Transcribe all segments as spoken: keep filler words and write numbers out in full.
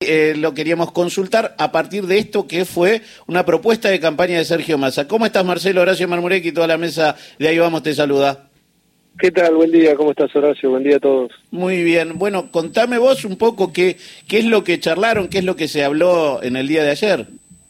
eh, lo queríamos consultar a partir de esto que fue una propuesta de campaña de Sergio Massa. ¿Cómo estás, Marcelo? Horacio Marmurek y toda la mesa de Ahí Vamos te saluda. ¿Qué tal? Buen día, ¿cómo estás, Horacio? Buen día a todos. Muy bien. Bueno, contame vos un poco qué, qué es lo que charlaron, qué es lo que se habló en el día de ayer.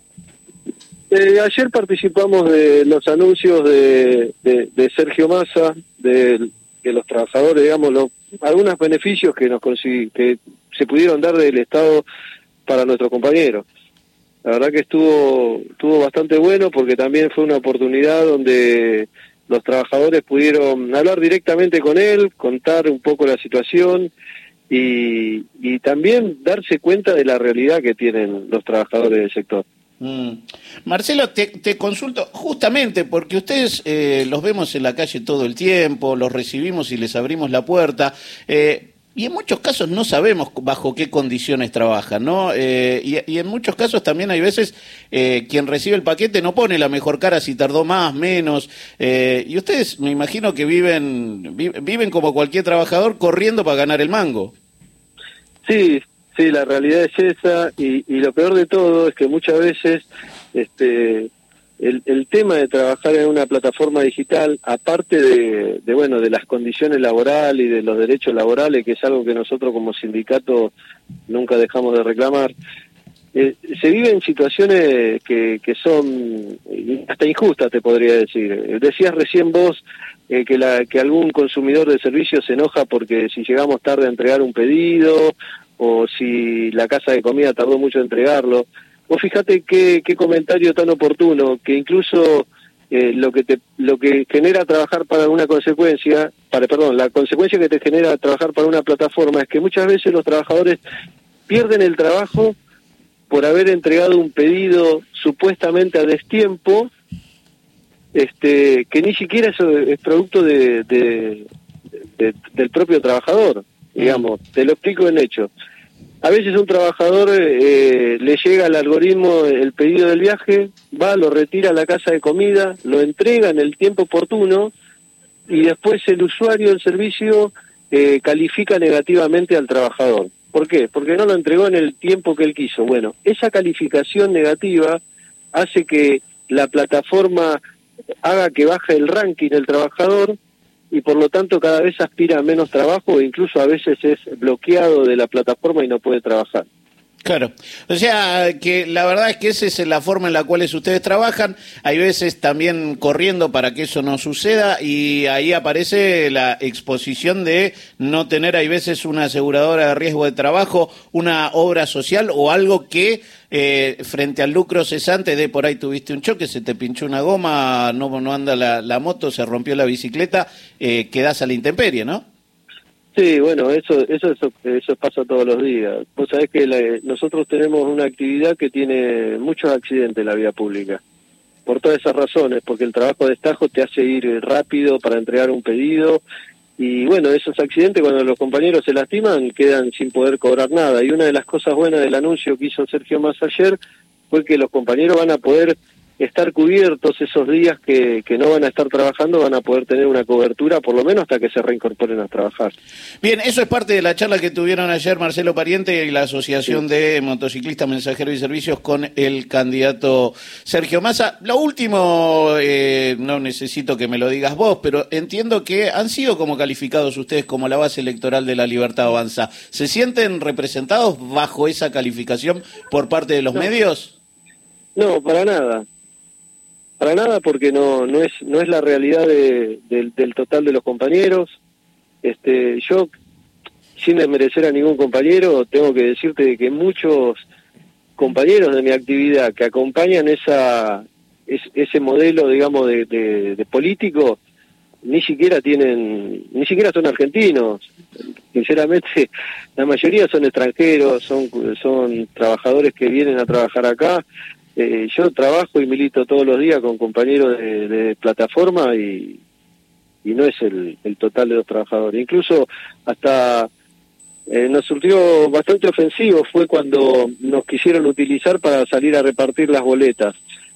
Eh, ayer participamos de los anuncios de, de, de Sergio Massa, de, de los trabajadores, digamos, los, algunos beneficios que nos consigui, que se pudieron dar del Estado para nuestros compañeros. La verdad que estuvo, estuvo bastante bueno porque también fue una oportunidad donde los trabajadores pudieron hablar directamente con él, contar un poco la situación y, y también darse cuenta de la realidad que tienen los trabajadores del sector. Mm. Marcelo, te, te consulto justamente porque ustedes eh, los vemos en la calle todo el tiempo, los recibimos y les abrimos la puerta, eh, y en muchos casos no sabemos bajo qué condiciones trabajan, ¿no? Eh, y, y en muchos casos también hay veces eh, quien recibe el paquete no pone la mejor cara si tardó más, menos, eh, y ustedes me imagino que viven, vi, viven como cualquier trabajador corriendo para ganar el mango. Sí, sí, la realidad es esa, y, y lo peor de todo es que muchas veces este el, el tema de trabajar en una plataforma digital, aparte de, de bueno de las condiciones laborales y de los derechos laborales, que es algo que nosotros como sindicato nunca dejamos de reclamar, eh, se viven situaciones que, que son hasta injustas, te podría decir. Decías recién vos eh, que, la, que algún consumidor de servicios se enoja porque si llegamos tarde a entregar un pedido o si la casa de comida tardó mucho en entregarlo. Vos fíjate qué, qué comentario tan oportuno, que incluso eh, lo que te, lo que genera trabajar para una consecuencia, para perdón, la consecuencia que te genera trabajar para una plataforma es que muchas veces los trabajadores pierden el trabajo por haber entregado un pedido supuestamente a destiempo, este, que ni siquiera eso es producto de, de, de, del propio trabajador, digamos. Te lo explico en hecho. A veces un trabajador eh, le llega al algoritmo el pedido del viaje, va, lo retira a la casa de comida, lo entrega en el tiempo oportuno y después el usuario del servicio eh, califica negativamente al trabajador. ¿Por qué? Porque no lo entregó en el tiempo que él quiso. Bueno, esa calificación negativa hace que la plataforma haga que baje el ranking del trabajador y por lo tanto cada vez aspira a menos trabajo e incluso a veces es bloqueado de la plataforma y no puede trabajar. Claro, o sea que la verdad es que esa es la forma en la cual ustedes trabajan, hay veces también corriendo para que eso no suceda y ahí aparece la exposición de no tener hay veces una aseguradora de riesgo de trabajo, una obra social o algo que eh, frente al lucro cesante de por ahí tuviste un choque, se te pinchó una goma, no, no anda la, la moto, se rompió la bicicleta, eh, quedás a la intemperie, ¿no? Sí, bueno, eso, eso eso eso pasa todos los días. Vos sabés que la, nosotros tenemos una actividad que tiene muchos accidentes en la vía pública, por todas esas razones, porque el trabajo de destajo te hace ir rápido para entregar un pedido, y bueno, esos accidentes cuando los compañeros se lastiman quedan sin poder cobrar nada, y una de las cosas buenas del anuncio que hizo Sergio Massa ayer fue que los compañeros van a poder estar cubiertos esos días que, que no van a estar trabajando, van a poder tener una cobertura por lo menos hasta que se reincorporen a trabajar. Bien, eso es parte de la charla que tuvieron ayer Marcelo Pariente y la Asociación sí. de Motociclistas, Mensajeros y Servicios con el candidato Sergio Massa. Lo último, eh, no necesito que me lo digas vos, pero entiendo que han sido como calificados ustedes como la base electoral de La Libertad Avanza. ¿Se sienten representados bajo esa calificación por parte de los no. medios? No, para nada. Para nada, porque no no es no es la realidad de, de, del total de los compañeros. Este, yo, sin desmerecer a ningún compañero, tengo que decirte que muchos compañeros de mi actividad que acompañan esa es, ese modelo, digamos, de, de, de político, ni siquiera tienen, ni siquiera son argentinos. Sinceramente, la mayoría son extranjeros, son son trabajadores que vienen a trabajar acá. Eh, yo trabajo y milito todos los días con compañeros de, de plataforma y, y no es el, el total de los trabajadores. Incluso hasta eh, nos surgió bastante ofensivo fue cuando nos quisieron utilizar para salir a repartir las boletas.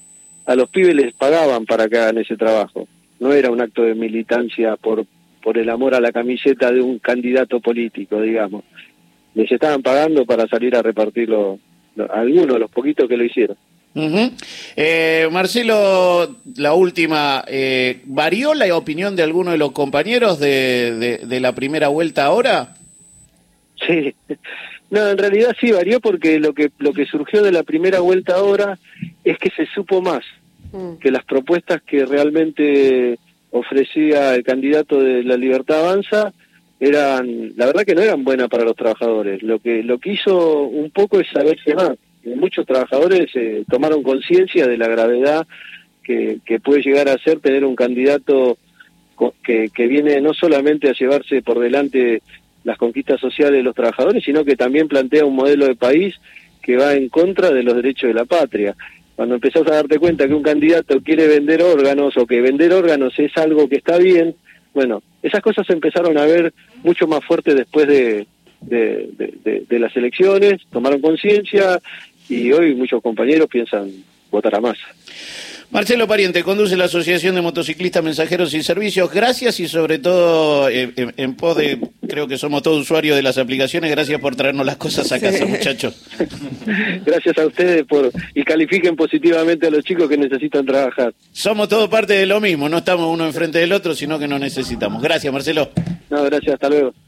A los pibes les pagaban para que hagan ese trabajo. No era un acto de militancia por, por el amor a la camiseta de un candidato político, digamos. les estaban pagando para salir a repartirlo, lo, algunos, los poquitos que lo hicieron. Uh-huh. eh, Marcelo, la última, eh, ¿varió la opinión de alguno de los compañeros de, de, de la primera vuelta ahora? Sí, no, en realidad sí varió porque lo que lo que surgió de la primera vuelta ahora es que se supo más, mm. que las propuestas que realmente ofrecía el candidato de La Libertad Avanza eran, la verdad que no eran buenas para los trabajadores. Lo que lo que hizo un poco es saberse más. Muchos trabajadores eh, tomaron conciencia de la gravedad que, que puede llegar a ser tener un candidato que, que viene no solamente a llevarse por delante las conquistas sociales de los trabajadores, sino que también plantea un modelo de país que va en contra de los derechos de la patria. Cuando empezás a darte cuenta que un candidato quiere vender órganos o que vender órganos es algo que está bien, bueno, esas cosas se empezaron a ver mucho más fuerte después de, de, de, de, de las elecciones, tomaron conciencia y hoy muchos compañeros piensan votar a Massa. Marcelo Pariente conduce la Asociación de Motociclistas Mensajeros y Servicios. Gracias y sobre todo eh, en, en pos de, creo que somos todos usuarios de las aplicaciones, gracias por traernos las cosas a casa, muchachos. Gracias a ustedes por y califiquen positivamente a los chicos que necesitan trabajar. Somos todos parte de lo mismo, no estamos uno enfrente del otro, sino que nos necesitamos. Gracias, Marcelo. No, gracias, hasta luego.